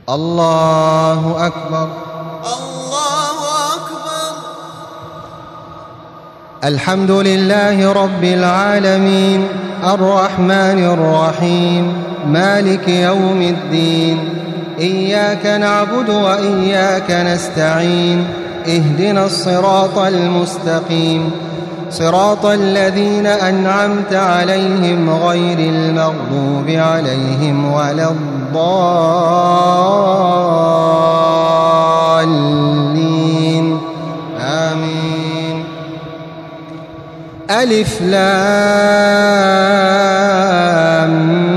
الله أكبر. الله أكبر. الحمد لله رب العالمين الرحمن الرحيم مالك يوم الدين. إياك نعبد وإياك نستعين. اهدنا الصراط المستقيم صراط الذين أنعمت عليهم غير المغضوب عليهم ولا الضالين آمين. ألف لام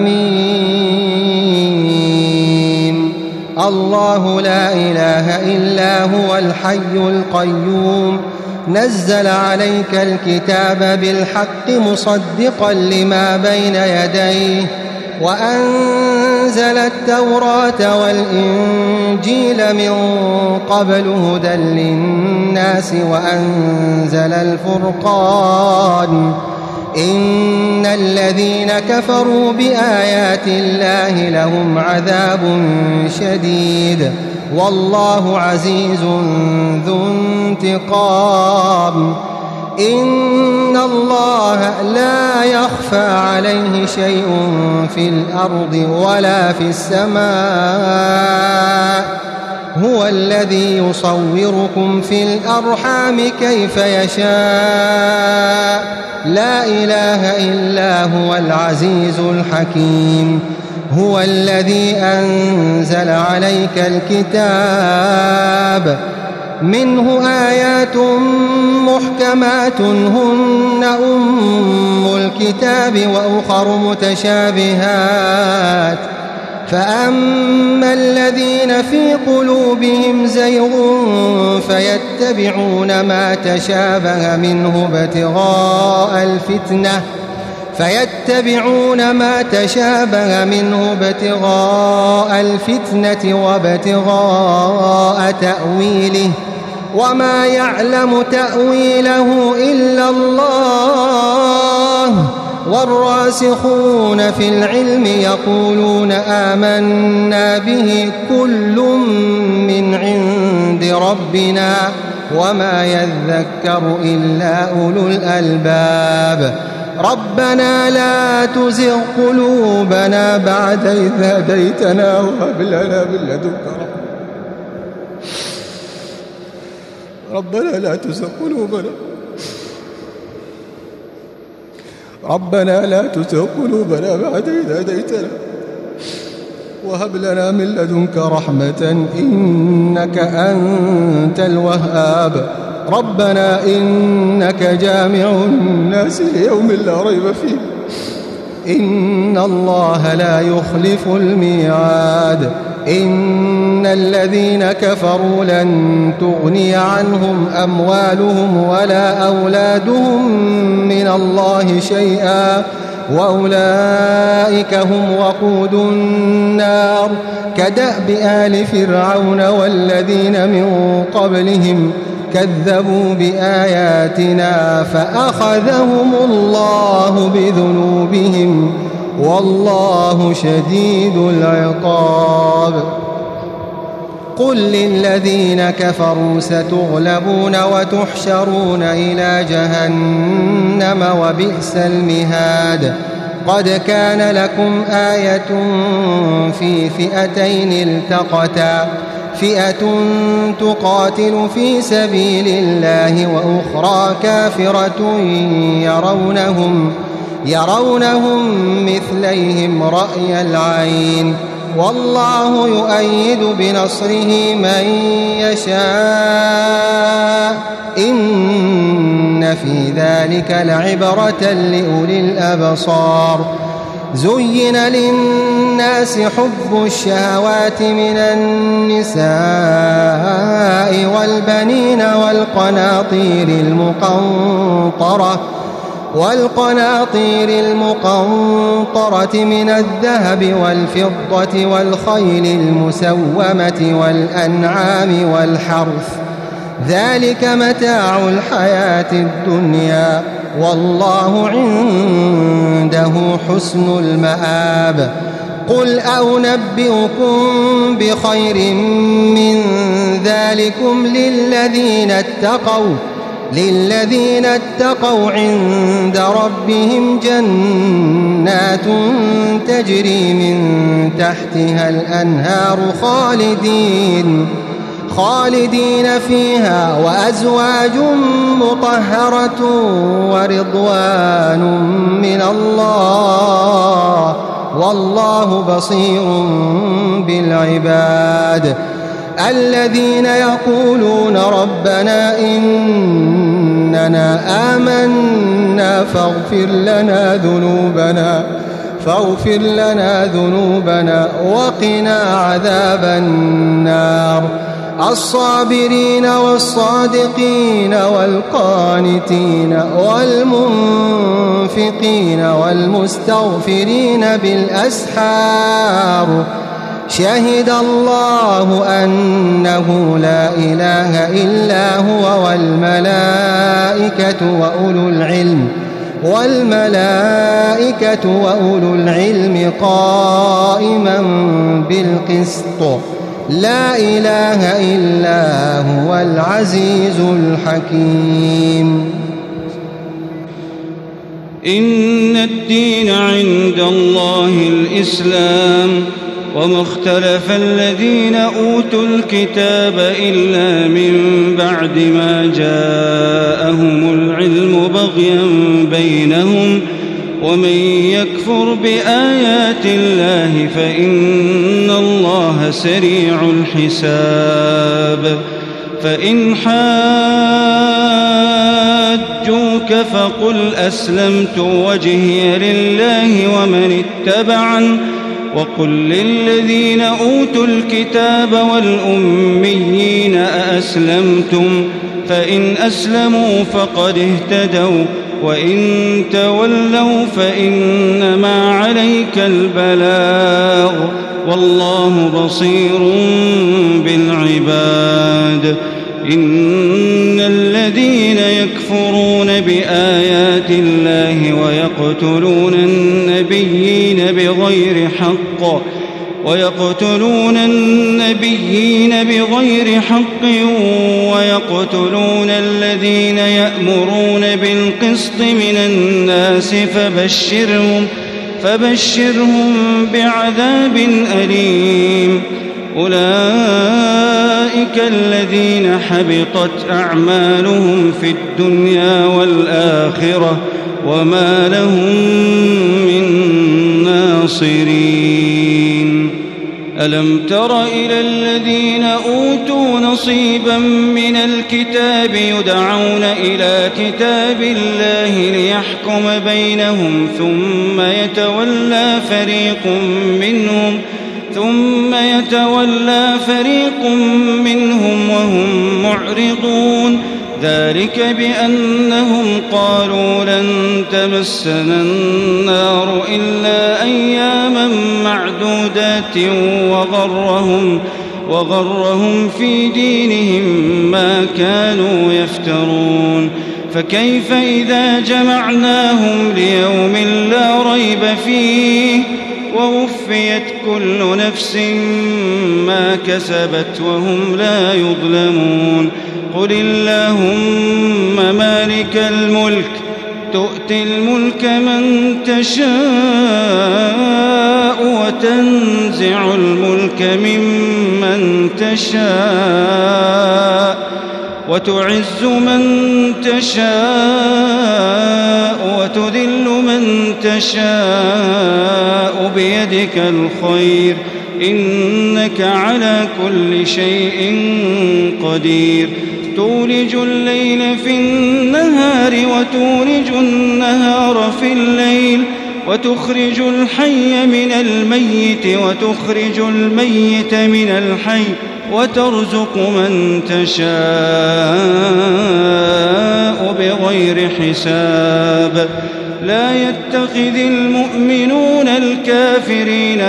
ميم. الله لا إله إلا هو الحي القيوم نزل عليك الكتاب بالحق مصدقا لما بين يديه وأنزل التوراة والإنجيل من قبل هدى للناس وأنزل الفرقان. إن الذين كفروا بآيات الله لهم عذاب شديد والله عزيز ذو انتقام. إن الله لا يخفى عليه شيء في الأرض ولا في السماء. هو الذي يصوركم في الأرحام كيف يشاء. لا إله إلا هو العزيز الحكيم. هو الذي أنزل عليك الكتاب منه آيات محكمات هن أم الكتاب وأخر متشابهات. فأما الذين في قلوبهم زيغ فيتبعون ما تشابه منه ابتغاء الفتنة وابتغاء تأويله وما يعلم تأويله إلا الله. والراسخون في العلم يقولون آمنا به كل من عند ربنا وما يذكر إلا أولو الألباب. ربنا لا تزغ قلوبنا بعد إذ هديتنا وهب لنا من لدنك رحمة. ربنا لا تزغ قلوبنا بعد إذ هديتنا وهب لنا من لدنك رحمة إنك أنت الوهاب. ربنا إنك جامع الناس ليوم لا ريب فيه إن الله لا يخلف الميعاد. إن الذين كفروا لن تغني عنهم أموالهم ولا أولادهم من الله شيئا وأولئك هم وقود النار. كدأب آل فرعون والذين من قبلهم كذبوا بآياتنا فأخذهم الله بذنوبهم والله شديد العقاب. قل للذين كفروا ستغلبون وتحشرون إلى جهنم وبئس المهاد. قد كان لكم آية في فئتين التقتا فئة تقاتل في سبيل الله وأخرى كافرة يرونهم مثليهم رأي العين والله يؤيد بنصره من يشاء. إن في ذلك لعبرة لأولي الأبصار. زين للناس حب الشهوات من النساء والبنين والقناطير المقنطرة من الذهب والفضة والخيل المسومة والأنعام والحرث ذلك متاع الحياة الدنيا والله عنده حسن المآب. قل أنبئكم بخير من ذلكم للذين اتقوا عند ربهم جنات تجري من تحتها الأنهار خالدين فيها وأزواج مطهرة ورضوان من الله والله بصير بالعباد الذين يقولون ربنا إننا آمنا فاغفر لنا ذنوبنا وقنا عذاب النار الصابرين والصادقين والقانتين والمنفقين والمستغفرين بالأسحار شهد الله أنه لا إله إلا هو والملائكة وأولو العلم قائما بالقسط لا إله إلا هو العزيز الحكيم إن الدين عند الله الإسلام وما اختلف الذين أوتوا الكتاب إلا من بعد ما جاءهم العلم بغيا بينهم ومن يكفر بآيات الله فإن الله سريع الحساب فإن حاجوك فقل أسلمت وجهي لله ومن اتبعن وقل للذين أوتوا الكتاب والأميين أأسلمتم فإن أسلموا فقد اهتدوا وإن تولوا فإنما عليك البلاغ والله بصير بالعباد إن الذين يكفرون بآيات الله ويقتلون النبيين بغير حق ويقتلون الذين يأمرون بالقسط من الناس فبشرهم بعذاب أليم أولئك الذين حبطت أعمالهم في الدنيا والآخرة وما لهم من ناصرين ألم تر إلى الذين أوتوا نصيبا من الكتاب يدعون إلى كتاب الله ليحكم بينهم ثم يتولى فريق منهم وهم معرضون ذلك بأنهم قالوا لن تمسنا النار إلا أياما معدودات وغرهم في دينهم ما كانوا يفترون فكيف إذا جمعناهم ليوم لا ريب فيه ووفيت كل نفس ما كسبت وهم لا يظلمون قل اللهم مالك الملك تؤتي الملك من تشاء وتنزع الملك ممن تشاء وتعز من تشاء وتذل من تشاء بيدك الخير إنك على كل شيء قدير تولج الليل في النهار وتولج النهار في الليل وتخرج الحي من الميت وتخرج الميت من الحي وترزق من تشاء بغير حساب لا يتخذ المؤمنون الكافرين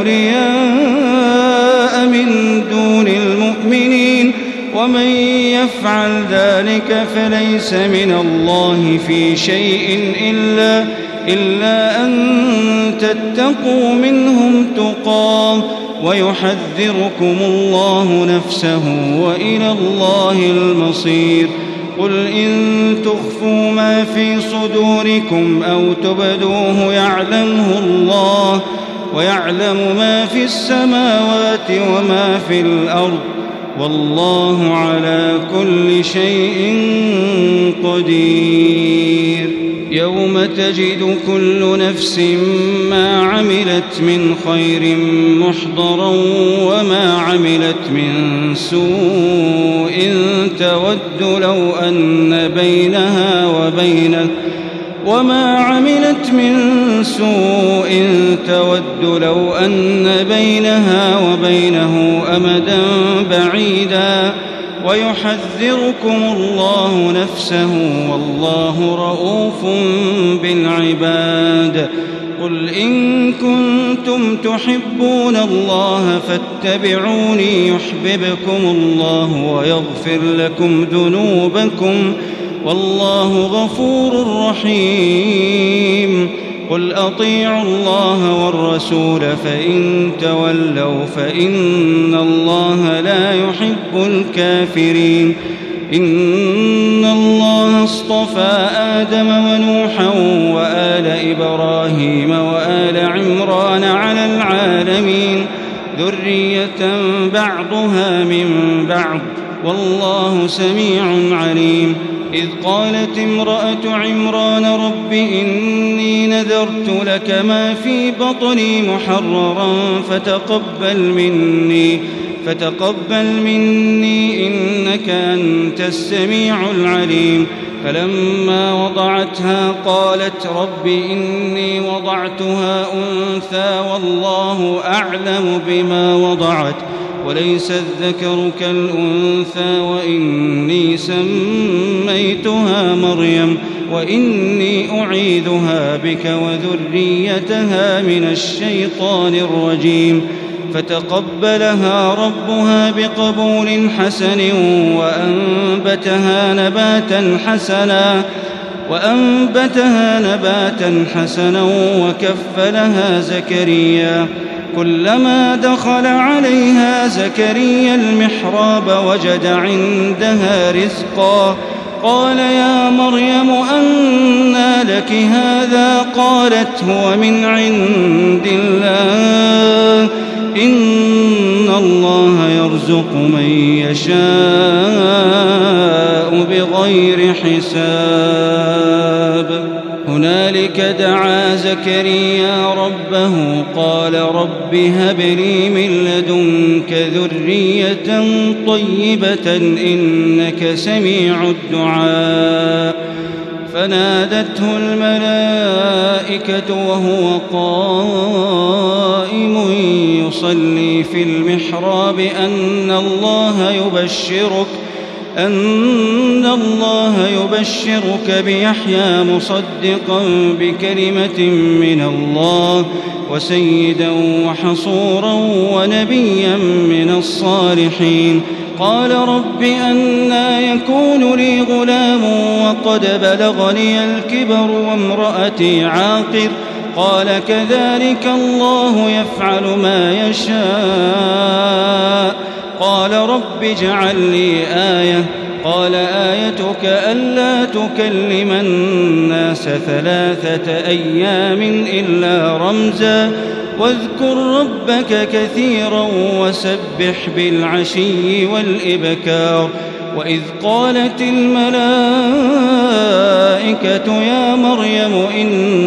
أولياء من دون المؤمنين ومن يفعل ذلك فليس من الله في شيء إلا أن تتقوا منهم تقاه ويحذركم الله نفسه وإلى الله المصير. قل إن تخفوا ما في صدوركم أو تبدوه يعلمه الله ويعلم ما في السماوات وما في الأرض والله على كل شيء قدير. يوم تجد كل نفس ما عملت من خير محضرا وما عملت من سوء تود لو أن بينها وبينه أمدا بعيدا ويحذركم الله نفسه والله رؤوف بالعباد. قل إن كنتم تحبون الله فاتبعوني يحببكم الله ويغفر لكم ذنوبكم والله غفور رحيم. قل أطيعوا الله والرسول فإن تولوا فإن الله لا يحب الكافرين. إن الله اصطفى آدم ونوحا وآل إبراهيم وآل عمران على العالمين ذرية بعضها من بعض والله سميع عليم. إذ قالت امرأة عمران رب إني نذرت لك ما في بطني محررا فتقبل مني إنك أنت السميع العليم. فلما وضعتها قالت رب إني وضعتها أنثى والله أعلم بما وضعت وليس الذكر كالأنثى وإني سميتها مريم وإني أعيذها بك وذريتها من الشيطان الرجيم. فتقبلها ربها بقبول حسن وأنبتها نباتا حسنا وكفلها زكريا. كلما دخل عليها زكريا المحراب وجد عندها رزقا قال يا مريم أنى لك هذا قالت هو من عند الله إن الله يرزق من يشاء بغير حساب. هنالك دعا زكريا ربه قال رب هب لي من لدنك ذرية طيبة إنك سميع الدعاء. فنادته الملائكة وهو قائم يصلي في المحراب أن الله يبشرك بيحيى مصدقا بكلمة من الله وسيدا وحصورا ونبيا من الصالحين. قال رب أنى يكون لي غلام وقد بلغني الكبر وامرأتي عاقر قال كذلك الله يفعل ما يشاء. قال رب اجعل لي آية قال آيتك ألا تكلم الناس 3 أيام إلا رمزا واذكر ربك كثيرا وسبح بالعشي والإبكار. وإذ قالت الملائكة يا مريم إن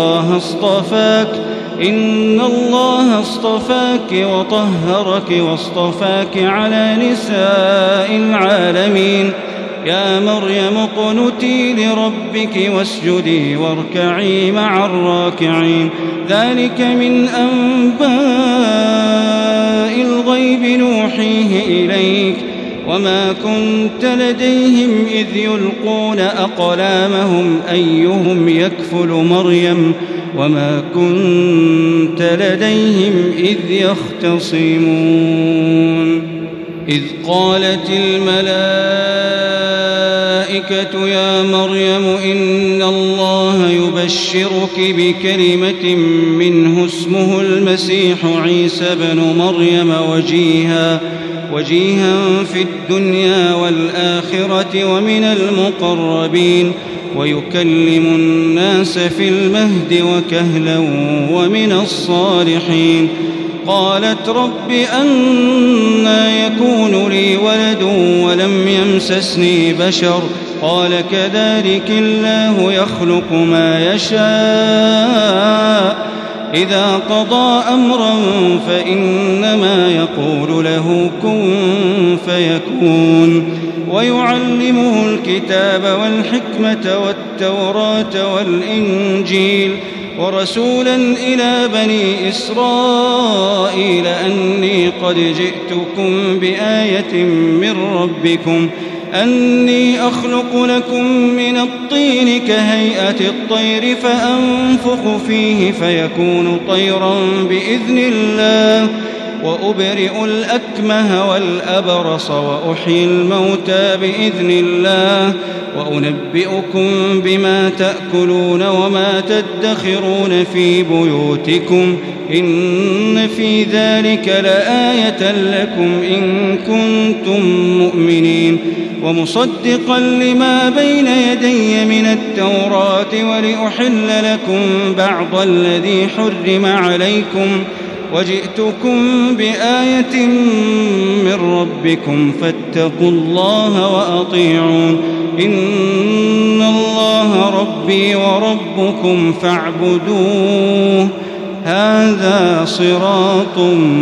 الله اصطفاك وطهرك واصطفاك على نساء العالمين. يا مريم اقنتي لربك واسجدي واركعي مع الراكعين. ذلك من أنباء الغيب نوحيه إليك وما كنت لديهم إذ يلقون أقلامهم أيهم يكفل مريم وما كنت لديهم إذ يختصمون. إذ قالت الملائكة يا مريم إن الله ونبشرك بكلمة منه اسمه المسيح عيسى بن مريم وجيها في الدنيا والآخرة ومن المقربين ويكلم الناس في المهد وكهلا ومن الصالحين. قالت رب أنى يكون لي ولد ولم يمسسني بشر قال كذلك الله يخلق ما يشاء إذا قضى أمرا فإنما يقول له كن فيكون. ويعلمه الكتاب والحكمة والتوراة والإنجيل ورسولا إلى بني إسرائيل أني قد جئتكم بآية من ربكم أني أخلق لكم من الطين كهيئة الطير فأنفخ فيه فيكون طيرا بإذن الله وأبرئ الأكمه والأبرص وأحيي الموتى بإذن الله وأنبئكم بما تأكلون وما تدخرون في بيوتكم إن في ذلك لآية لكم إن كنتم مؤمنين. ومصدقا لما بين يدي من التوراة ولأحل لكم بعض الذي حرم عليكم وجئتكم بآية من ربكم فاتقوا الله وأطيعون إن الله ربي وربكم فاعبدوه هذا صراط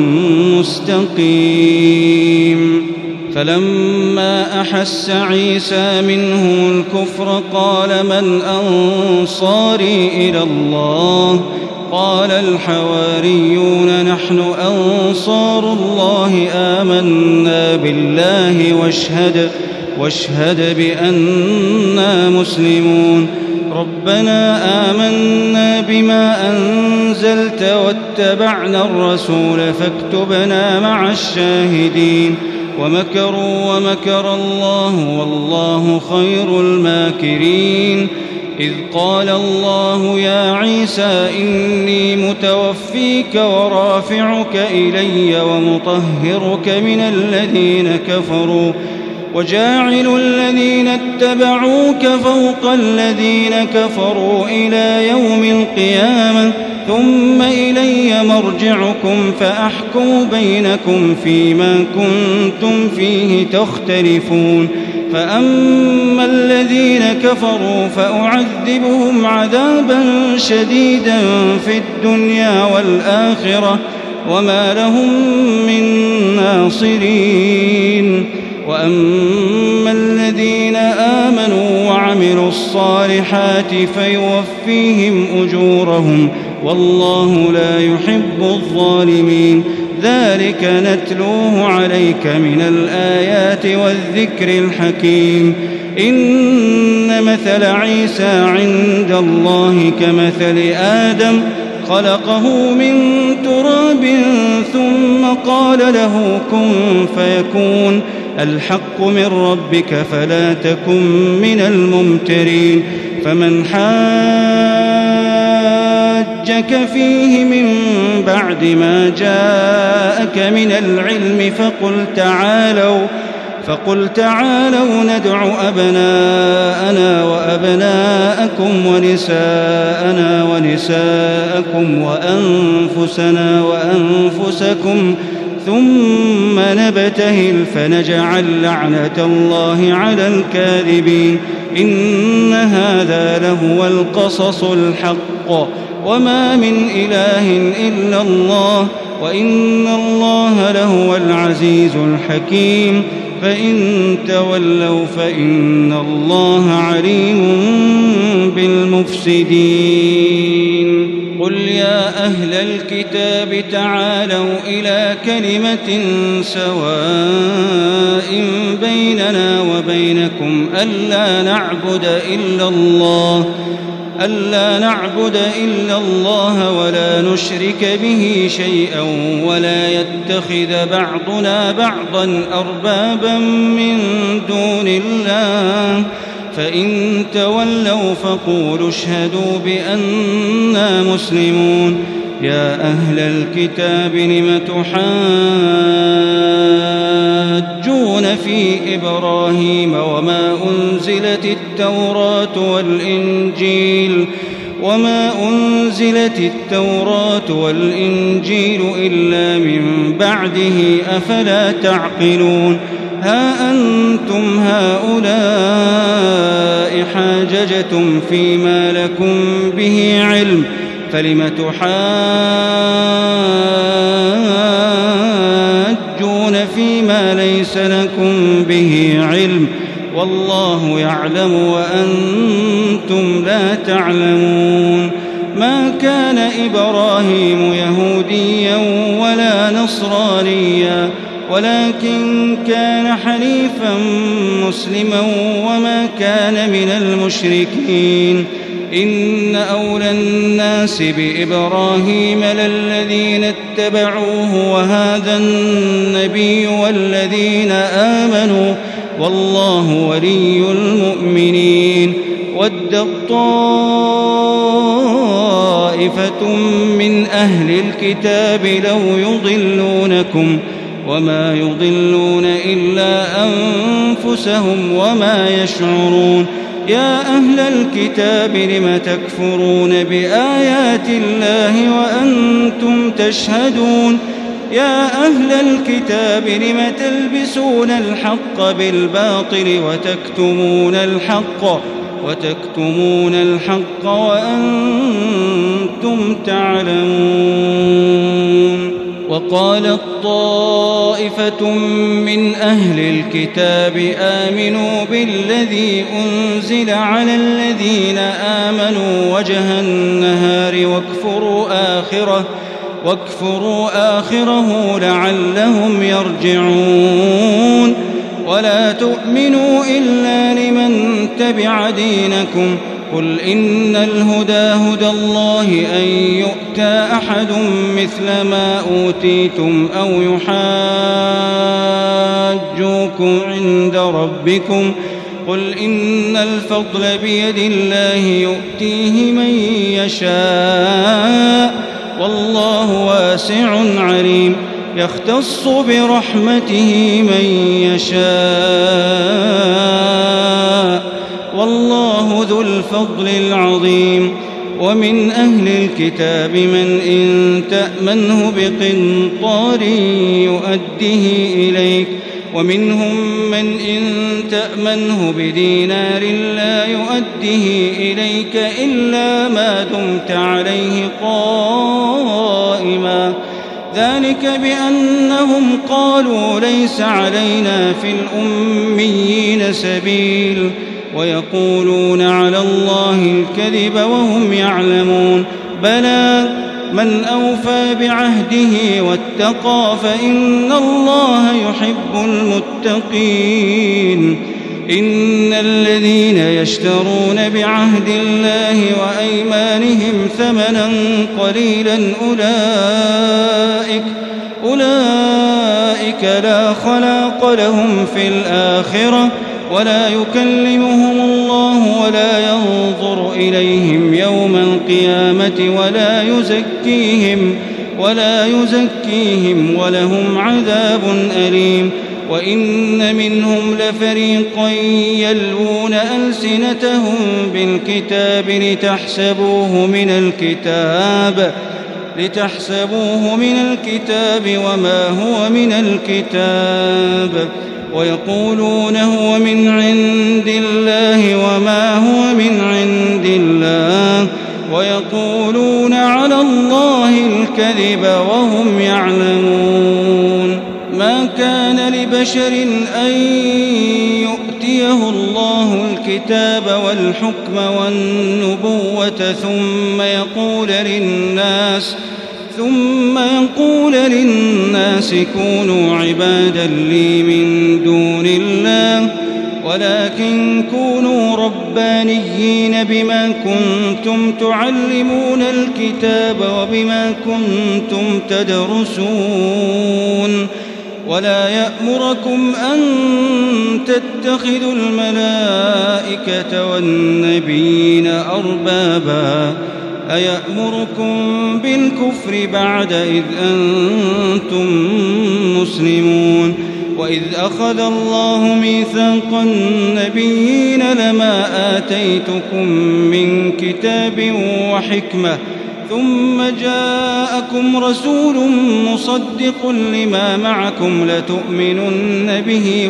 مستقيم. فلما أحس عيسى منهم الكفر قال من أنصاري إلى الله قال الحواريون نحن أنصار الله آمنا بالله واشهد بأننا مسلمون. ربنا آمنا بما أنزلت واتبعنا الرسول فاكتبنا مع الشاهدين. ومكروا ومكر الله والله خير الماكرين. إذ قال الله يا عيسى إني متوفيك ورافعك إلي ومطهرك من الذين كفروا وجاعل الذين اتبعوك فوق الذين كفروا إلى يوم القيامة ثم إلي مرجعكم فأحكم بينكم فيما كنتم فيه تختلفون. فأما الذين كفروا فأعذبهم عذابا شديدا في الدنيا والآخرة وما لهم من ناصرين. وأما الذين آمنوا وعملوا الصالحات فيوفيهم أجورهم والله لا يحب الظالمين. ذلك نتلوه عليك من الآيات والذكر الحكيم. إن مثل عيسى عند الله كمثل آدم خلقه من تراب ثم قال له كن فيكون. الحق من ربك فلا تكن من الممترين. فمن حاجك فيه من بعد ما جاءك من العلم فقل تعالوا ندع أبناءنا وأبناءكم ونساءنا ونساءكم وأنفسنا وأنفسكم ثم نبتهل فنجعل لعنة الله على الكاذبين. إن هذا لهو القصص الحق وما من إله إلا الله وإن الله لهو العزيز الحكيم. فإن تولوا فإن الله عليم بالمفسدين. قل يا أهل الكتاب تعالوا إلى كلمة سواء بيننا وبينكم ألا نعبد إلا الله ولا نشرك به شيئا ولا يتخذ بعضنا بعضا أربابا من دون الله فإن تولوا فقولوا اشهدوا بأننا مسلمون. يا أهل الكتاب لم تحاجون في إبراهيم وما أنزلت التوراة والإنجيل إلا من بعده أفلا تعقلون. ها أنتم هؤلاء حاججتم فيما لكم به علم فلم تحاجون فيما ليس لكم به علم والله يعلم وأنتم لا تعلمون. ما كان إبراهيم يهوديا ولا نصرانيا ولكن كان حنيفا مسلما وما كان من المشركين. إن أولى الناس بإبراهيم للذين اتبعوه وهذا النبي والذين آمنوا والله ولي المؤمنين. ودت طائفة من أهل الكتاب لو يضلونكم وما يضلون إلا أنفسهم وما يشعرون. يا أهل الكتاب لم تكفرون بآيات الله وأنتم تشهدون. يا أهل الكتاب لم تلبسون الحق بالباطل وتكتمون الحق وأنتم تعلمون. وقالت طائفة من أهل الكتاب آمنوا بالذي أنزل على الذين آمنوا وجه النهار واكفروا آخره لعلهم يرجعون. ولا تؤمنوا إلا لمن تبع دينكم قل إن الهدى هدى الله أن يؤتى أحد مثل ما أوتيتم أو يحاجوكم عند ربكم قل إن الفضل بيد الله يؤتيه من يشاء والله واسع عليم. يختص برحمته من يشاء والله ذو الفضل العظيم. ومن أهل الكتاب من إن تأمنه بقنطار يؤده إليك ومنهم من إن تأمنه بدينار لا يؤده إليك إلا ما دمت عليه قائما ذلك بأنهم قالوا ليس علينا في الأميين سبيل ويقولون على الله الكذب وهم يعلمون. بلى من أوفى بعهده واتقى فإن الله يحب المتقين. إن الذين يشترون بعهد الله وأيمانهم ثمنا قليلا أولئك لا خلاق لهم في الآخرة ولا يكلمهم الله ولا ينظر إليهم يوم القيامة ولا يزكيهم ولهم عذاب أليم. وإن منهم لفريقا يلوون ألسنتهم بالكتاب لتحسبوه من الكتاب وما هو من الكتاب ويقولون هو من عند الله وما هو من عند الله ويقولون على الله الكذب وهم يعلمون. ما كان لبشر أن يؤتيه الله الكتاب والحكم والنبوة ثم يقول للناس كونوا عبادا لي من دون الله ولكن كونوا ربانيين بما كنتم تعلمون الكتاب وبما كنتم تدرسون ولا يأمركم أن تتخذوا الملائكة والنبيين أربابا أيأمركم بالكفر بعد إذ أنتم مسلمون وإذ أخذ الله ميثاق النبيين لما آتيتكم من كتاب وحكمة ثم جاءكم رسول مصدق لما معكم لتؤمنن به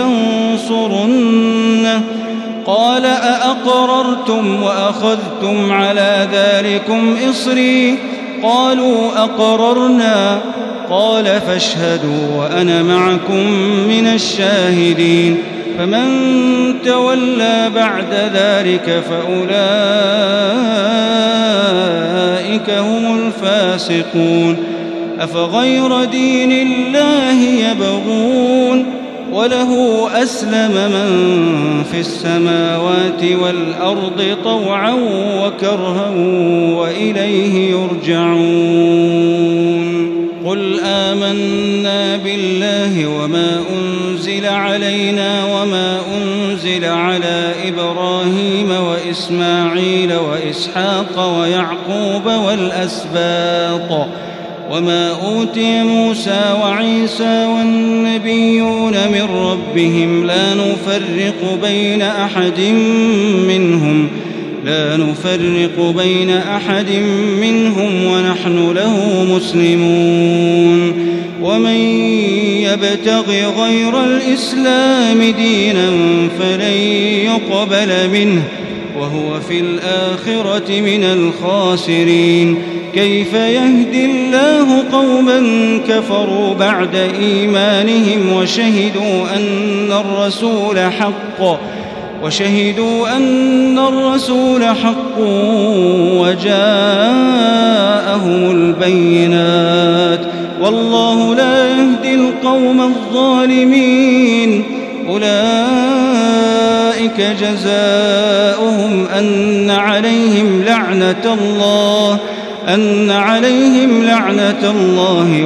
ولتنصرنه قال أأقررتم وأخذتم على ذلكم إصري قالوا أقررنا قال فاشهدوا وأنا معكم من الشاهدين فمن تولى بعد ذلك فأولئك هم الفاسقون أفغير دين الله يبغون وله أسلم من في السماوات والأرض طوعا وكرها وإليه يرجعون قل آمنا بالله وما أنزل علينا وما أنزل على إبراهيم وإسماعيل وإسحاق ويعقوب والأسباط وما أوتي موسى وعيسى والنبيون من ربهم لا نفرق بين أحد منهم ونحن له مسلمون ومن يبتغ غير الإسلام دينا فلن يقبل منه وهو في الآخرة من الخاسرين كيف يهدي الله قوما كفروا بعد إيمانهم وشهدوا أن الرسول حق وجاءهم البينات والله لا يهدي القوم الظالمين أولئك جزاؤهم أن عليهم لعنة الله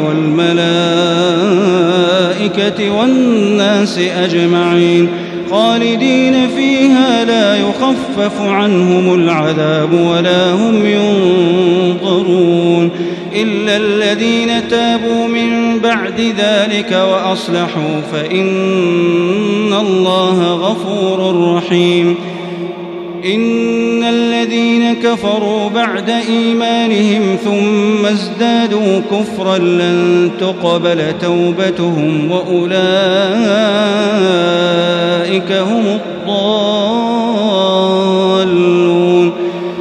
والملائكة والناس أجمعين خالدين فيها لا يخفف عنهم العذاب ولا هم ينظرون إلا الذين تابوا من بعد ذلك وأصلحوا فإن الله غفور رحيم إن الذين كفروا بعد إيمانهم ثم ازدادوا كفرا لن تقبل توبتهم وأولئك هم الضالون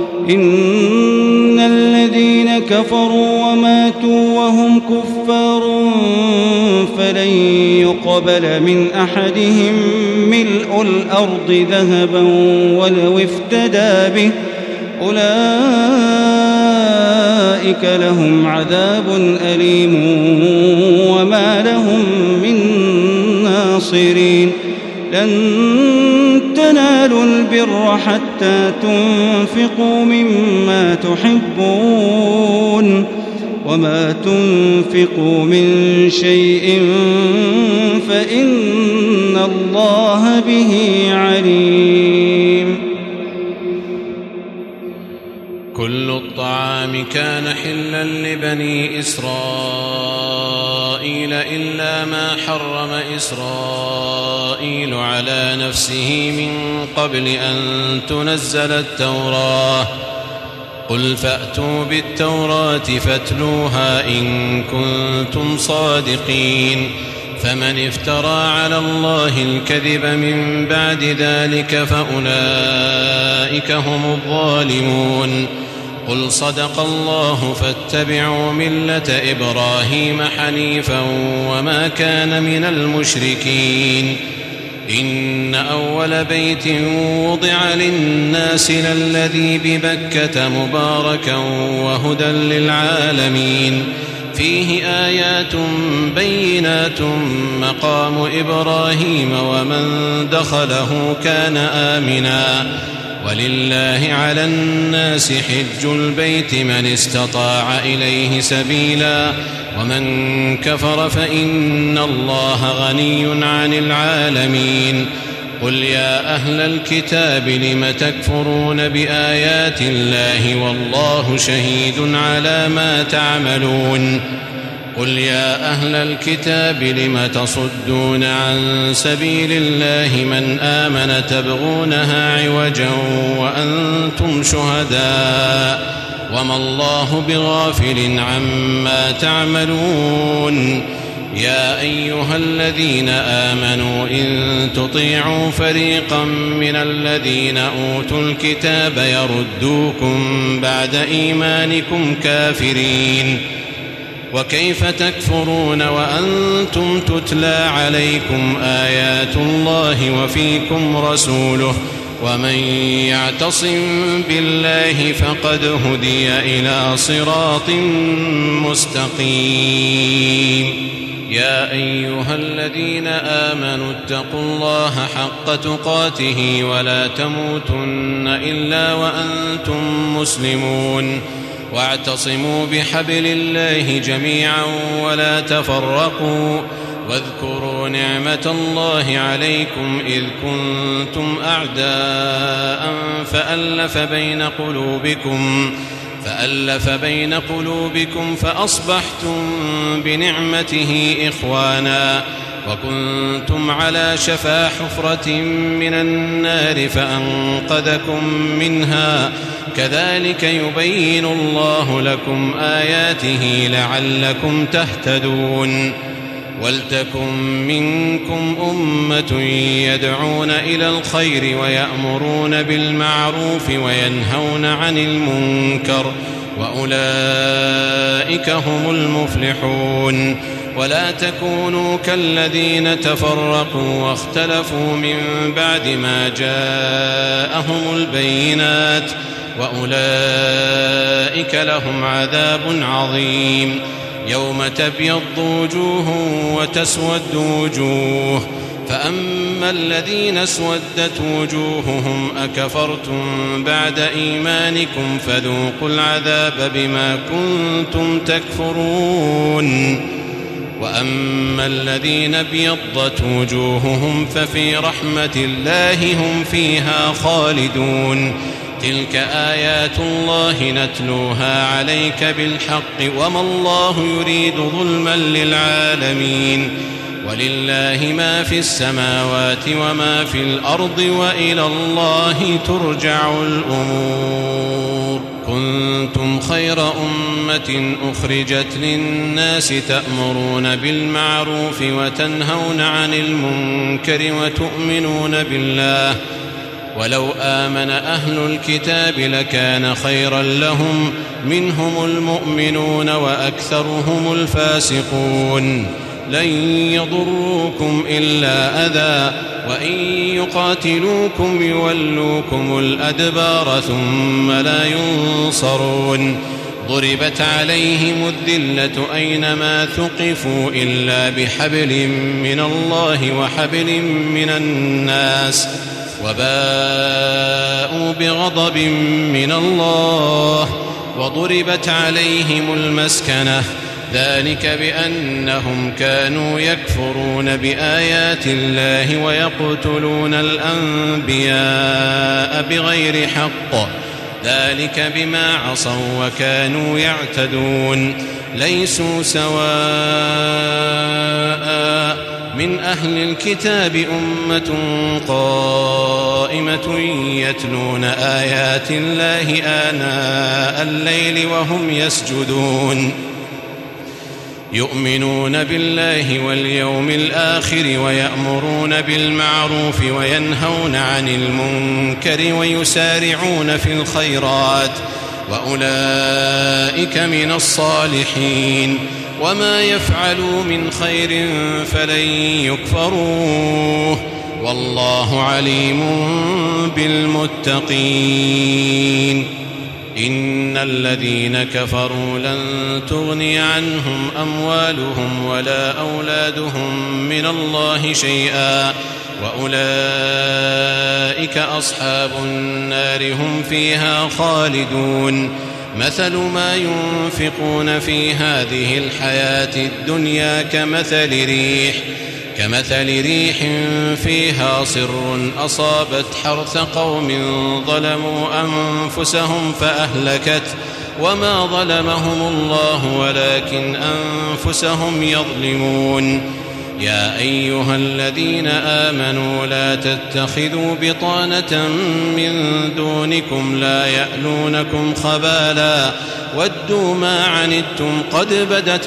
إن الذين كفروا وماتوا وهم كفار فلن يقبل من أحدهم ملء الأرض ذهبا ولو افتدى به أولئك لهم عذاب أليم وما لهم من ناصرين لن تنالوا البر حتى تنفقوا مما تحبون وما تنفقوا من شيء فإن الله به عليم كل الطعام كان حلا لبني إسرائيل إلا ما حرم إسرائيل على نفسه من قبل أن تنزل التوراة قل فأتوا بالتوراة فاتلوها إن كنتم صادقين فمن افترى على الله الكذب من بعد ذلك فأولئك هم الظالمون قل صدق الله فاتبعوا ملة إبراهيم حنيفا وما كان من المشركين إن أول بيت وضع للناس للذي ببكة مباركا وهدى للعالمين فيه آيات بينات مقام إبراهيم ومن دخله كان آمنا ولله على الناس حج البيت من استطاع إليه سبيلا ومن كفر فإن الله غني عن العالمين قل يا أهل الكتاب لم تكفرون بآيات الله والله شهيد على ما تعملون قل يا أهل الكتاب لم تصدون عن سبيل الله من آمن تبغونها عوجا وأنتم شهداء وما الله بغافل عما تعملون يا أيها الذين آمنوا إن تطيعوا فريقا من الذين أوتوا الكتاب يردوكم بعد إيمانكم كافرين وكيف تكفرون وأنتم تتلى عليكم آيات الله وفيكم رسوله ومن يعتصم بالله فقد هدي إلى صراط مستقيم يا أيها الذين آمنوا اتقوا الله حق تقاته ولا تموتن إلا وأنتم مسلمون واعتصموا بحبل الله جميعا ولا تفرقوا واذكروا نعمة الله عليكم إذ كنتم أعداء فألف بين قلوبكم فأصبحتم بنعمته إخوانا وكنتم على شفا حفرة من النار فأنقذكم منها كذلك يبين الله لكم آياته لعلكم تهتدون ولتكن منكم أمة يدعون إلى الخير ويأمرون بالمعروف وينهون عن المنكر وأولئك هم المفلحون ولا تكونوا كالذين تفرقوا واختلفوا من بعد ما جاءهم البينات وأولئك لهم عذاب عظيم يوم تبيض وجوه وتسود وجوه فأما الذين اسودت وجوههم أكفرتم بعد إيمانكم فذوقوا العذاب بما كنتم تكفرون وأما الذين ابيضت وجوههم ففي رحمة الله هم فيها خالدون تلك آيات الله نتلوها عليك بالحق وما الله يريد ظلما للعالمين ولله ما في السماوات وما في الأرض وإلى الله ترجع الأمور كنتم خير أمة أخرجت للناس تأمرون بالمعروف وتنهون عن المنكر وتؤمنون بالله ولو آمن أهل الكتاب لكان خيرا لهم منهم المؤمنون وأكثرهم الفاسقون لن يضروكم إلا أذى وإن يقاتلوكم يولوكم الأدبار ثم لا ينصرون ضربت عليهم الذلة أينما ثقفوا إلا بحبل من الله وحبل من الناس وباءوا بغضب من الله وضربت عليهم المسكنة ذلك بأنهم كانوا يكفرون بآيات الله ويقتلون الأنبياء بغير حق ذلك بما عصوا وكانوا يعتدون ليسوا سواء من أهل الكتاب أمة قائمة يتلون آيات الله آناء الليل وهم يسجدون يؤمنون بالله واليوم الآخر ويأمرون بالمعروف وينهون عن المنكر ويسارعون في الخيرات وأولئك من الصالحين وما يفعلوا من خير فلن يكفروه والله عليم بالمتقين إن الذين كفروا لن تغني عنهم أموالهم ولا أولادهم من الله شيئا وأولئك أصحاب النار هم فيها خالدون مثل ما ينفقون في هذه الحياة الدنيا كمثل ريح فيها صر أصابت حرث قوم ظلموا أنفسهم فأهلكت وما ظلمهم الله ولكن أنفسهم يظلمون يا أيها الذين آمنوا لا تتخذوا بطانة من دونكم لا يألونكم خبالا ودوا ما عنتم قد بدت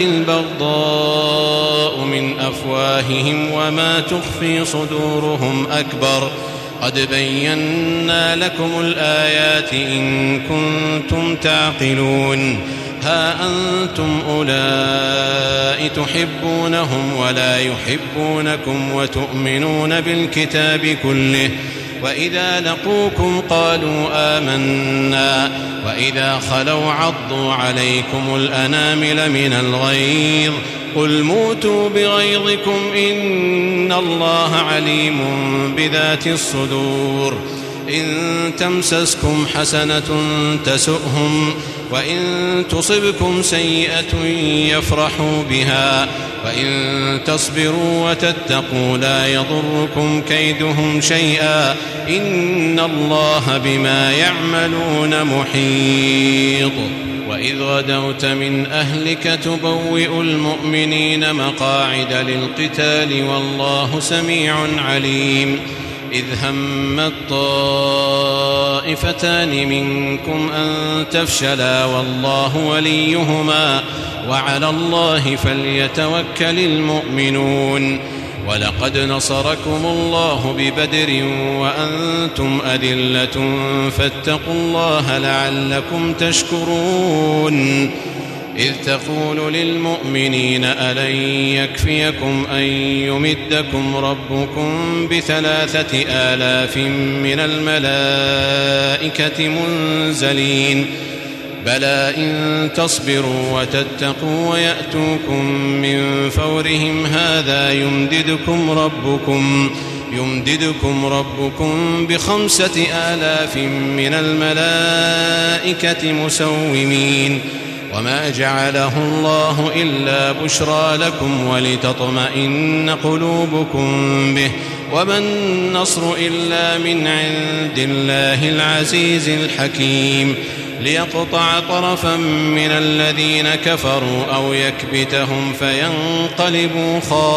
البغضاء من أفواههم وما تخفي صدورهم أكبر قد بينا لكم الآيات إن كنتم تعقلون ها أنتم أولئك تحبونهم ولا يحبونكم وتؤمنون بالكتاب كله وإذا لقوكم قالوا آمنا وإذا خلوا عضوا عليكم الأنامل من الغيظ قل موتوا بغيظكم إن الله عليم بذات الصدور إن تمسسكم حسنة تسؤهم وإن تصبكم سيئة يفرحوا بها وإن تصبروا وتتقوا لا يضركم كيدهم شيئا إن الله بما يعملون محيط وإذ غدوت من أهلك تبوئ المؤمنين مقاعد للقتال والله سميع عليم إذ همت طائفتان منكم أن تفشلا والله وليهما وعلى الله فليتوكل المؤمنون ولقد نصركم الله ببدر وأنتم أذلة فاتقوا الله لعلكم تشكرون إذ تقول للمؤمنين ألن يكفيكم أن يمدكم ربكم ب3,000 من الملائكة منزلين بلى إن تصبروا وتتقوا ويأتوكم من فورهم هذا يمددكم ربكم ب5,000 من الملائكة مسومين وما جعله الله إلا بشرى لكم ولتطمئن قلوبكم به وما النصر إلا من عند الله العزيز الحكيم ليقطع طرفا من الذين كفروا أو يكبتهم فينقلبوا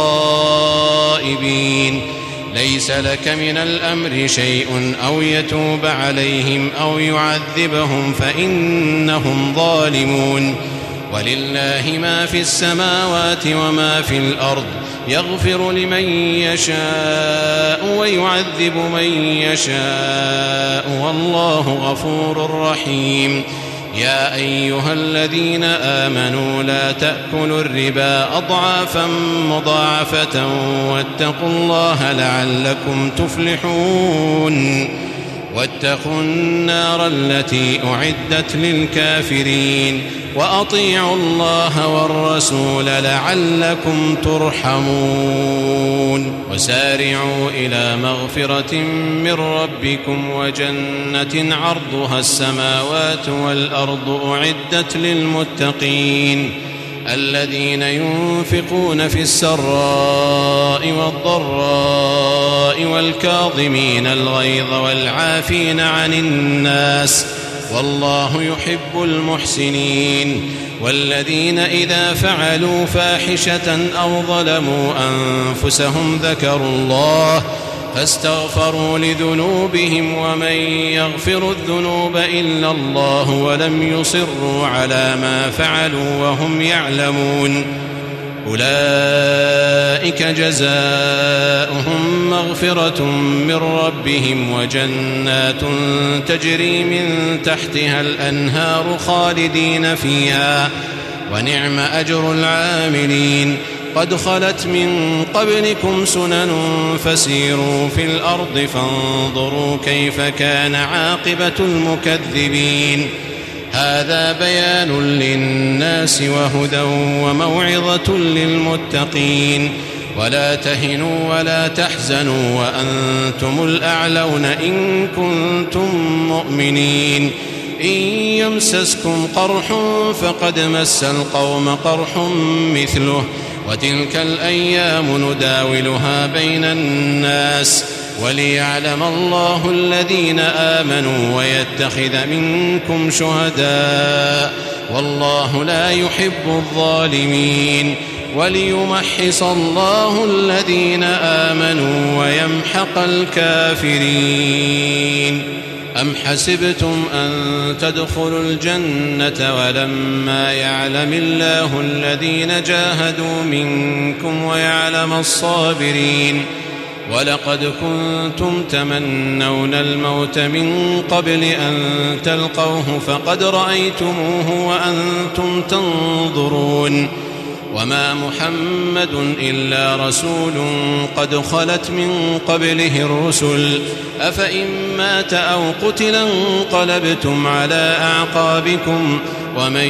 خائبين ليس لك من الأمر شيء أو يتوب عليهم أو يعذبهم فإنهم ظالمون ولله ما في السماوات وما في الأرض يغفر لمن يشاء ويعذب من يشاء والله غفور رحيم يا أيها الذين آمنوا لا تأكلوا الربا أضعافا مضاعفة واتقوا الله لعلكم تفلحون واتقوا النار التي أعدت للكافرين وأطيعوا الله والرسول لعلكم ترحمون وسارعوا إلى مغفرة من ربكم وجنة عرضها السماوات والأرض أعدت للمتقين الذين ينفقون في السراء والضراء والكاظمين الغيظ والعافين عن الناس والله يحب المحسنين والذين إذا فعلوا فاحشة أو ظلموا أنفسهم ذكروا الله فاستغفروا لذنوبهم ومن يغفر الذنوب إلا الله ولم يصروا على ما فعلوا وهم يعلمون أولئك جزاؤهم مغفرة من ربهم وجنات تجري من تحتها الأنهار خالدين فيها ونعم أجر العاملين قد خلت من قبلكم سنن فسيروا في الأرض فانظروا كيف كان عاقبة المكذبين هذا بيان للناس وهدى وموعظة للمتقين ولا تهنوا ولا تحزنوا وأنتم الأعلون إن كنتم مؤمنين إن يمسسكم قرح فقد مس القوم قرح مثله وتلك الأيام نداولها بين الناس وليعلم الله الذين آمنوا ويتخذ منكم شهداء والله لا يحب الظالمين وليمحص الله الذين آمنوا ويمحق الكافرين. أم حسبتم أن تدخلوا الجنة ولما يعلم الله الذين جاهدوا منكم ويعلم الصابرين ولقد كنتم تمنون الموت من قبل أن تلقوه فقد رأيتموه وأنتم تنظرون وما محمد إلا رسول قد خلت من قبله الرسل أفإن مات أو قتل انقلبتم على أعقابكم ومن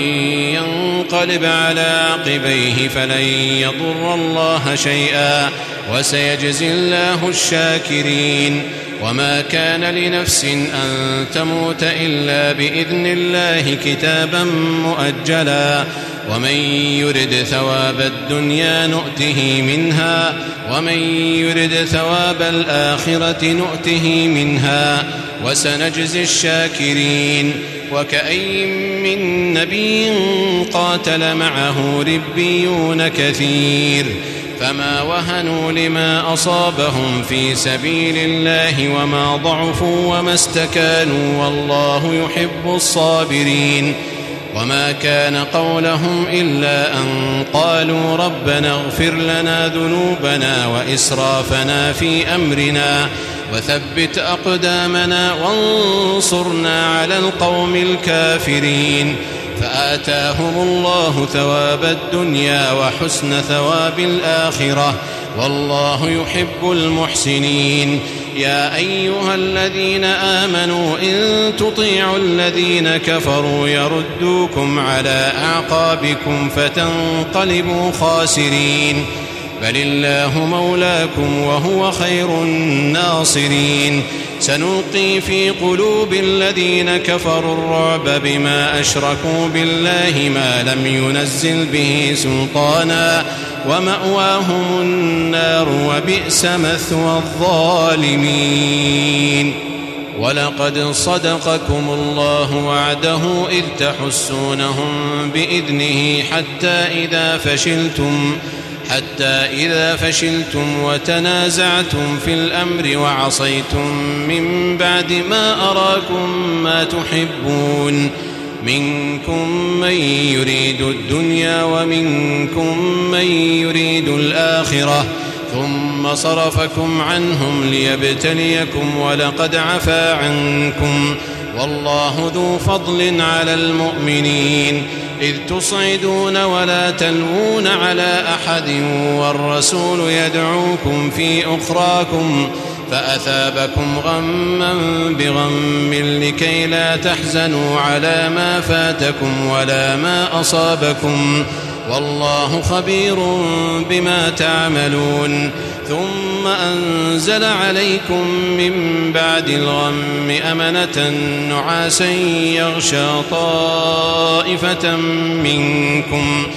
ينقلب على عقبيه فلن يضر الله شيئا وسيجزي الله الشاكرين. وما كان لنفس أن تموت إلا بإذن الله كتابا مؤجلا ومن يرد ثواب الدنيا نؤته منها ومن يرد ثواب الآخرة نؤته منها وسنجزي الشاكرين. وكأي من نبي قاتل معه ربيون كثير فما وهنوا لما أصابهم في سبيل الله وما ضعفوا وما استكانوا والله يحب الصابرين. وما كان قولهم إلا أن قالوا ربنا اغفر لنا ذنوبنا وإسرافنا في أمرنا وثبت أقدامنا وانصرنا على القوم الكافرين فآتاهم الله ثواب الدنيا وحسن ثواب الآخرة والله يحب المحسنين. يا أيها الذين آمنوا إن تطيعوا الذين كفروا يردوكم على أعقابكم فتنقلبوا خاسرين بل الله مولاكم وهو خير الناصرين. سنلقي في قلوب الذين كفروا الرعب بما أشركوا بالله ما لم ينزل به سلطانا ومأواهم النار وبئس مثوى الظالمين. ولقد صدقكم الله وعده إذ تحسونهم بإذنه حتى إذا فشلتم وتنازعتم في الأمر وعصيتم من بعد ما أراكم ما تحبون منكم من يريد الدنيا ومنكم من يريد الآخرة ثم صرفكم عنهم ليبتليكم ولقد عفا عنكم والله ذو فضل على المؤمنين إذ تصعدون ولا تلوون على أحد والرسول يدعوكم في أخراكم فأثابكم غما بغم لكي لا تحزنوا على ما فاتكم ولا ما أصابكم والله خبير بما تعملون. ثم أنزل عليكم من بعد الغم أمنة نعاسا يغشى طائفة منكم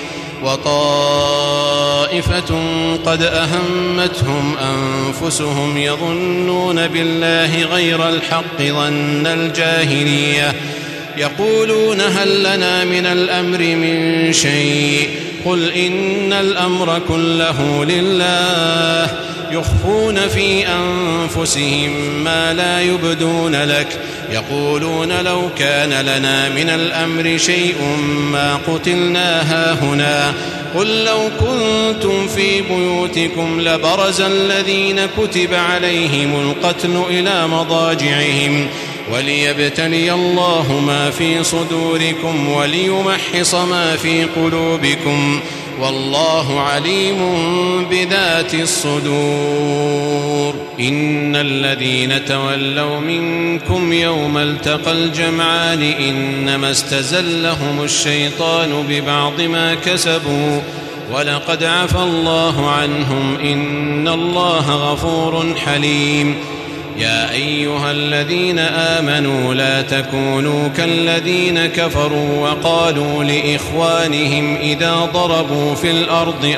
وطائفة قد أهمتهم أنفسهم يظنون بالله غير الحق ظن الجاهلية يقولون هل لنا من الأمر من شيء قل إن الأمر كله لله يخفون في أنفسهم ما لا يبدون لك يقولون لو كان لنا من الأمر شيء ما قتلنا هاهنا قل لو كنتم في بيوتكم لبرز الذين كتب عليهم القتل إلى مضاجعهم وليبتلي الله ما في صدوركم وليمحص ما في قلوبكم والله عليم بذات الصدور. إن الذين تولوا منكم يوم التقى الجمعان إنما استزلهم الشيطان ببعض ما كسبوا ولقد عفى الله عنهم إن الله غفور حليم. يا أيها الذين آمنوا لا تكونوا كالذين كفروا وقالوا لإخوانهم إذا ضربوا في الأرض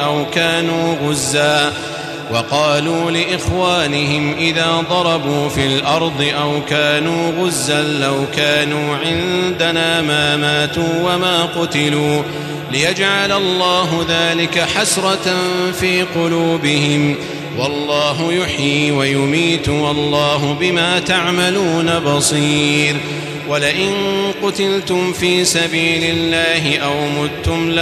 أو كانوا غزا لو كانوا عندنا ما ماتوا وما قتلوا ليجعل الله ذلك حسرة في قلوبهم والله يحيي ويميت والله بما تعملون بصير. ولئن قتلتم في سبيل الله أو متم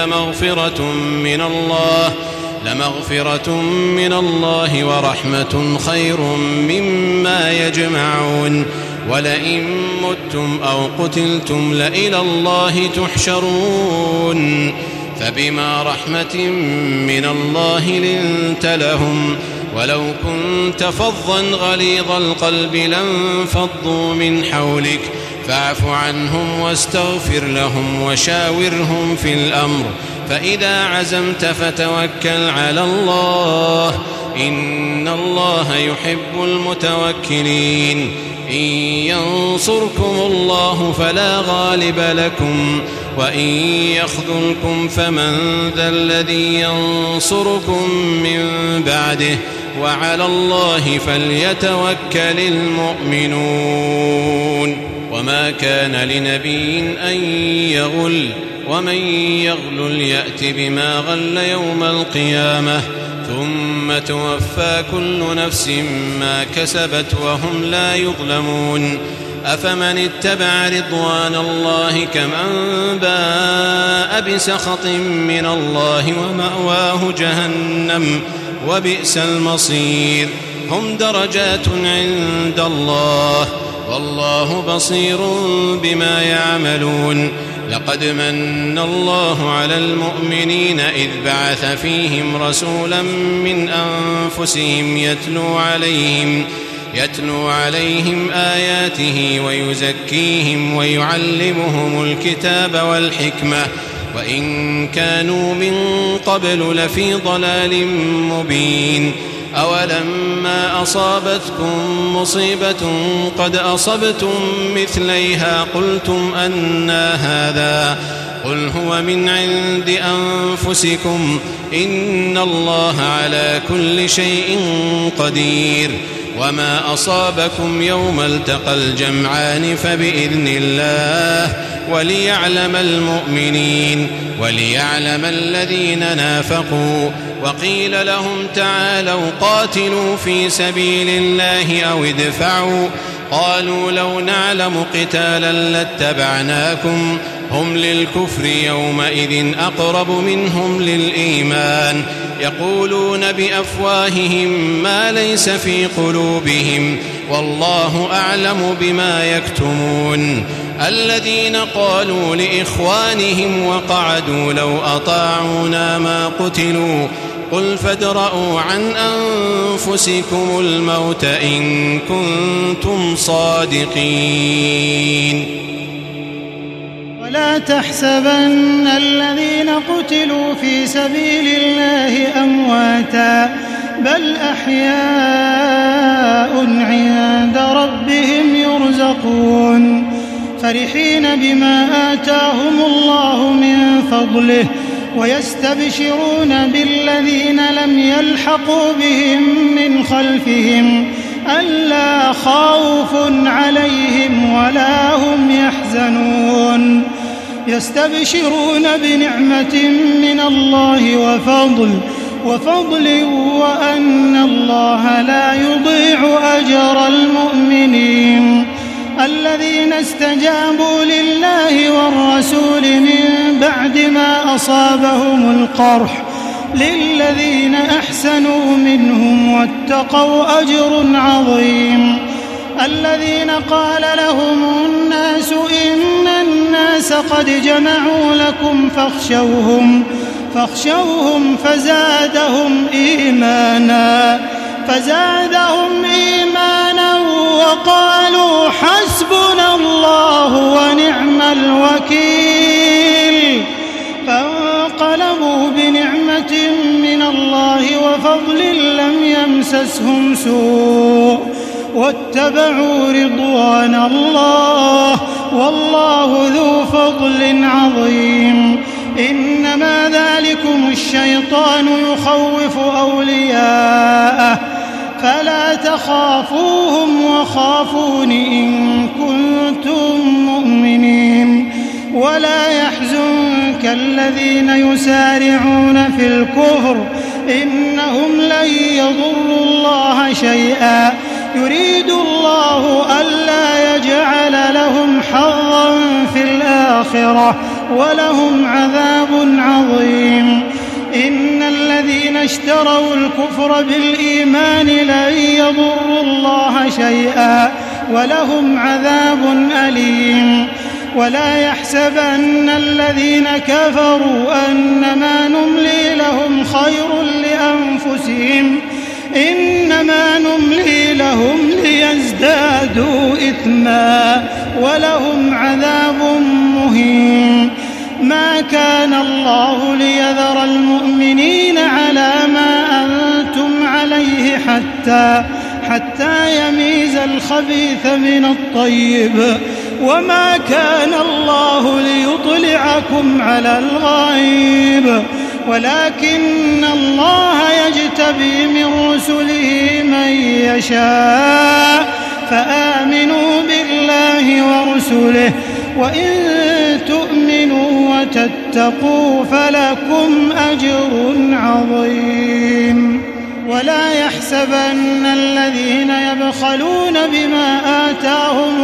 لمغفرة من الله ورحمة خير مما يجمعون. ولئن متم أو قتلتم لإلى الله تحشرون. فبما رحمة من الله لنت لهم ولو كنت فظا غليظ القلب لانفضوا من حولك فاعف عنهم واستغفر لهم وشاورهم في الأمر فإذا عزمت فتوكل على الله إن الله يحب المتوكلين. إن ينصركم الله فلا غالب لكم وإن يخذلكم فمن ذا الذي ينصركم من بعده وعلى الله فليتوكل المؤمنون. وما كان لنبي أن يغل ومن يغلل يأت بما غل يوم القيامة ثم توفى كل نفس ما كسبت وهم لا يظلمون. أفمن اتبع رضوان الله كمن باء بسخط من الله ومأواه جهنم وبئس المصير. هم درجات عند الله والله بصير بما يعملون. لقد من الله على المؤمنين إذ بعث فيهم رسولا من أنفسهم يتلو عليهم آياته ويزكيهم ويعلمهم الكتاب والحكمة وإن كانوا من قبل لفي ضلال مبين. أولما أصابتكم مصيبة قد أصبتم مثليها قلتم أنى هذا قل هو من عند أنفسكم إن الله على كل شيء قدير. وما أصابكم يوم التقى الجمعان فبإذن الله وليعلم المؤمنين وليعلم الذين نافقوا. وقيل لهم تعالوا قاتلوا في سبيل الله أو ادفعوا قالوا لو نعلم قتالا لاتبعناكم هم للكفر يومئذ أقرب منهم للإيمان يقولون بأفواههم ما ليس في قلوبهم والله أعلم بما يكتمون. الذين قالوا لإخوانهم وقعدوا لو أطاعونا ما قتلوا قل فادرءوا عن أنفسكم الموت إن كنتم صادقين. ولا تحسبن الذين قتلوا في سبيل الله أمواتا بل أحياء عند ربهم يرزقون فرحين بما آتاهم الله من فضله ويستبشرون بالذين لم يلحقوا بهم من خلفهم ألا خوف عليهم ولا هم يحزنون يستبشرون بنعمة من الله وفضل وأن الله لا يضيع أجر المؤمنين. الذين استجابوا لله والرسول من بعد ما أصابهم القرح للذين أحسنوا منهم واتقوا أجر عظيم. الذين قال لهم الناس إن الناس قد جمعوا لكم فاخشوهم فزادهم إيمانا وقالوا حسبنا الله ونعم الوكيل. فانقلبوا بنعمة رحمة من الله وفضل لم يمسسهم سوء واتبعوا رضوان الله والله ذو فضل عظيم. إنما ذلكم الشيطان يخوف أولياءه فلا تخافوهم وخافون إن كنتم مؤمنين. ولا يحزنك الذين يسارعون في الكفر إنهم لن يضروا الله شيئا يريد الله ألا يجعل لهم حظا في الآخرة ولهم عذاب عظيم. إن الذين اشتروا الكفر بالإيمان لن يضروا الله شيئا ولهم عذاب أليم. ولا يحسبن الذين كفروا أنما نملي لهم خير لأنفسهم إنما نملي لهم ليزدادوا إثما ولهم عذاب مهين. ما كان الله ليذر المؤمنين على ما أنتم عليه حتى يميز الخبيث من الطيب وما كان الله ليطلعكم على الغيب ولكن الله يجتبي من رسله من يشاء فآمنوا بالله ورسله وإن تؤمنوا وتتقوا فلكم أجر عظيم. ولا يحسبن الذين يبخلون بما آتاهم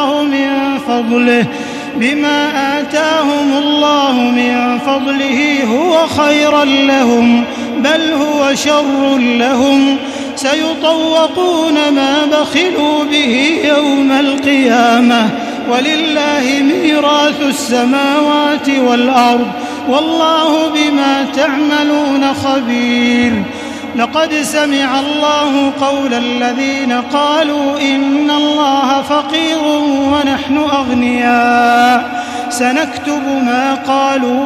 الله من فضله هو خيرا لهم بل هو شر لهم سيطوقون ما بخلوا به يوم القيامة ولله ميراث السماوات والأرض والله بما تعملون خبير. لقد سمع الله قول الذين قالوا إن الله فقير ونحن أغنياء سنكتب ما قالوا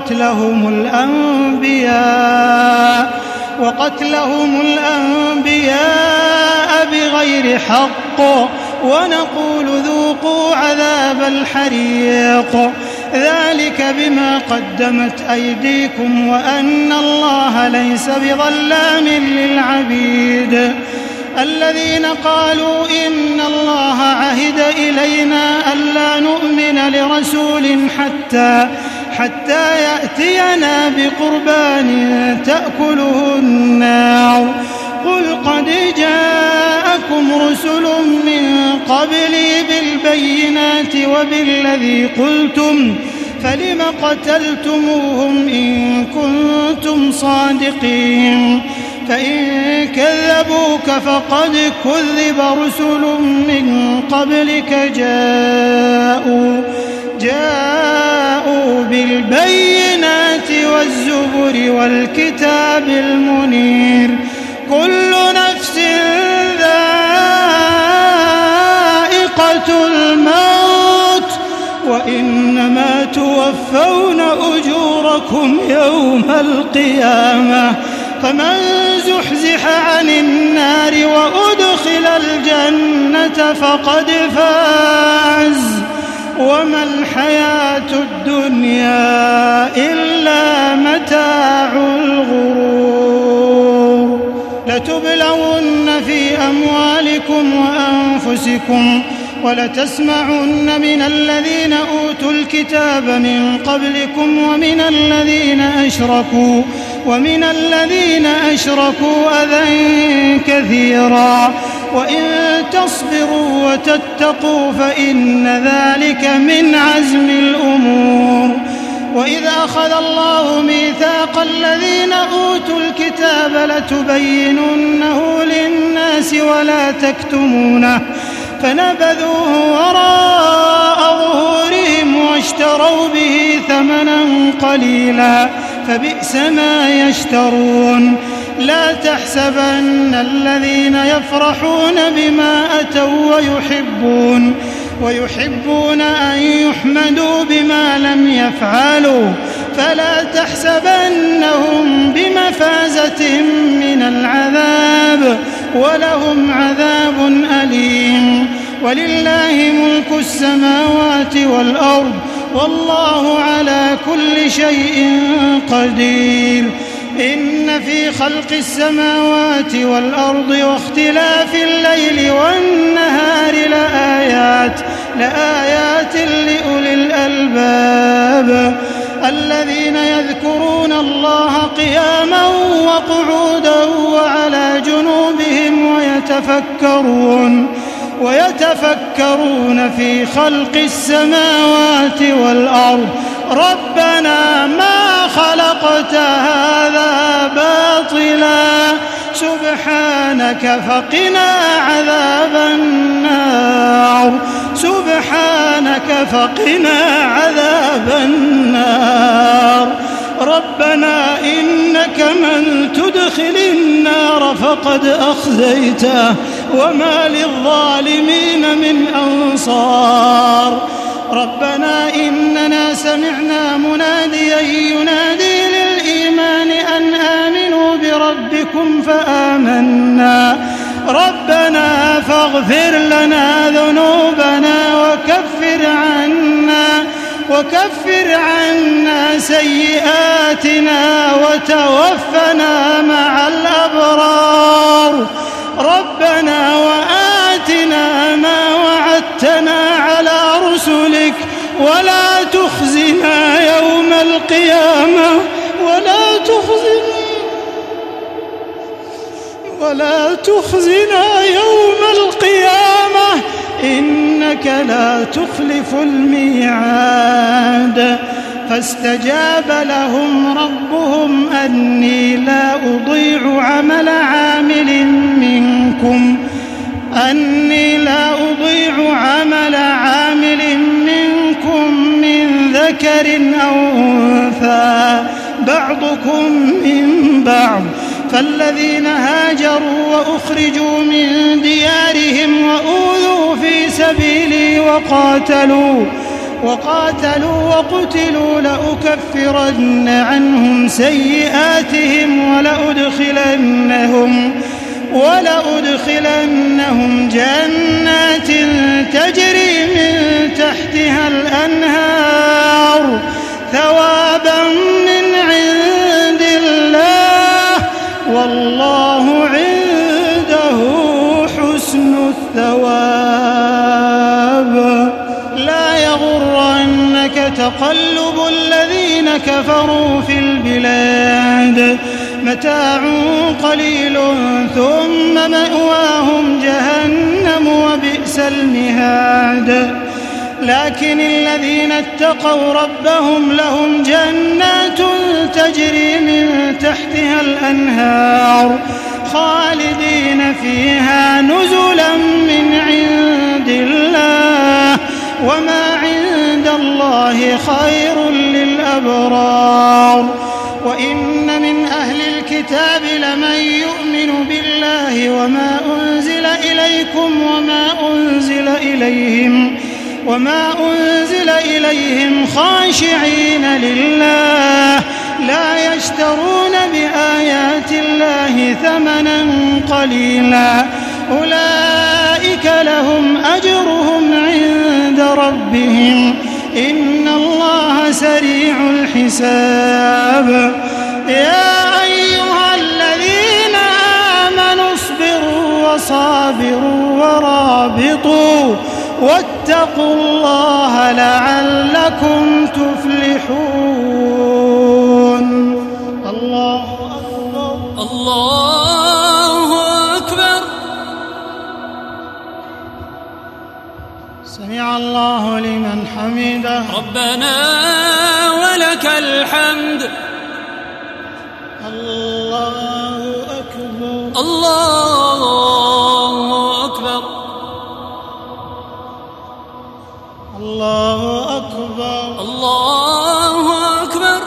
وقتلهم الأنبياء بغير حق ونقول ذوقوا عذاب الحريق ذلك بما قدمت أيديكم وأن الله ليس بظلام للعبيد. الذين قالوا إن الله عهد إلينا ألا نؤمن لرسول حتى يأتينا بقربان تأكله النار قل قد جاءكم رسل من قبلي بالبينات وبالذي قلتم فلم قتلتموهم إن كنتم صادقين. فإن كذبوك فقد كذب رسل من قبلك جاءوا بالبينات والزبر والكتاب المنير كل نفس ذائقة الموت وإنما توفون أجوركم يوم القيامة فمن زحزح عن النار وأدخل الجنة فقد فاز وما الحياة الدنيا إلا متاع الغرور. لتبلون في أموالكم وأنفسكم ولتسمعن من الذين أوتوا الكتاب من قبلكم ومن الذين أشركوا أذى كثيرا وإن تصبروا وتتقوا فإن ذلك من عزم الأمور. وإذ أخذ الله ميثاق الذين أوتوا الكتاب لتبيننه للناس ولا تكتمونه فنبذوه وراء ظهورهم واشتروا به ثمنا قليلا فبئس ما يشترون. لا تحسبن الذين يفرحون بما أتوا ويحبون أن يحمدوا بما لم يفعلوا فلا تحسبنهم بمفازة من العذاب ولهم عذاب أليم. ولله ملك السماوات والأرض والله على كل شيء قدير. إن في خلق السماوات والأرض واختلاف الليل والنهار لآيات لأولي الألباب الذين يذكرون الله قياما وقعودا وعلى جنوبهم ويتفكرون في خلق السماوات والأرض ربنا ما خلقت هذا باطلا سبحانك فقنا عذاب النار ربنا إنك من تدخل النار فقد أخزيته وما للظالمين من أنصار. ربنا إننا سمعنا مناديا ينادي للإيمان أن آمنوا بربكم فآمنا ربنا فاغفر لنا ذنوبنا وكفر عنا سيئاتنا وتوفنا مع الأبرار ربنا وآتنا ما وعدتنا على رسلك ولا تخزنا يوم القيامة إنك لا تخلف الميعاد. فاستجاب لهم ربهم أني لا أضيع عمل عامل منكم من ذكر أو أنثى بعضكم من بعض. فالذين هاجروا وأخرجوا من ديارهم وأوذوا في سبيلي وقاتلوا وقتلوا لأكفرن عنهم سيئاتهم ولأدخلنهم جنات تجري من تحتها الأنهار ثوابا من عند الله والله عنده حسن الثواب. لا يغرنك تقلب الذين كفروا في البلاد متاع قليل ثم مأواهم جهنم وبئس المهاد. لكن الذين اتقوا ربهم لهم جنات تجري من تحتها الأنهار خالدين فيها نزلا من عند الله وما عند الله خير للأبرار. وإن من أهل الكتاب لمن يؤمن بالله وما أنزل إليكم وما أنزل إليهم خاشعين لله لا يشترون بآيات الله ثمنا قليلا أولئك لهم أجرهم عند ربهم إن الله سريع الحساب. يا أيها الذين آمنوا اصبروا وصابروا ورابطوا واتقوا الله لعلكم تفلحون. الله أكبر الله أكبر. سمع الله لمن حمده ربنا ولك الحمد. الله أكبر الله أكبر الله أكبر الله أكبر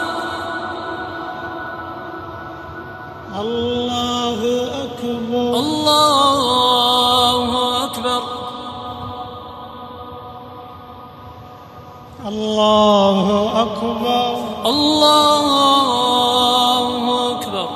الله أكبر الله أكبر الله أكبر الله أكبر.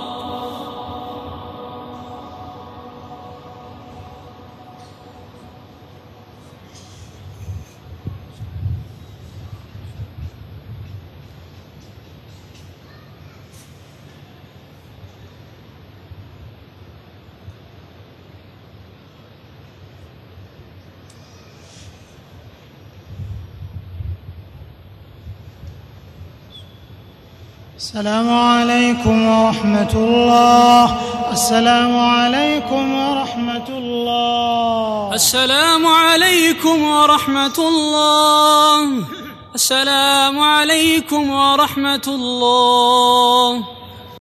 السلام عليكم ورحمة الله. السلام عليكم ورحمة الله. السلام عليكم ورحمة الله. السلام عليكم ورحمة الله.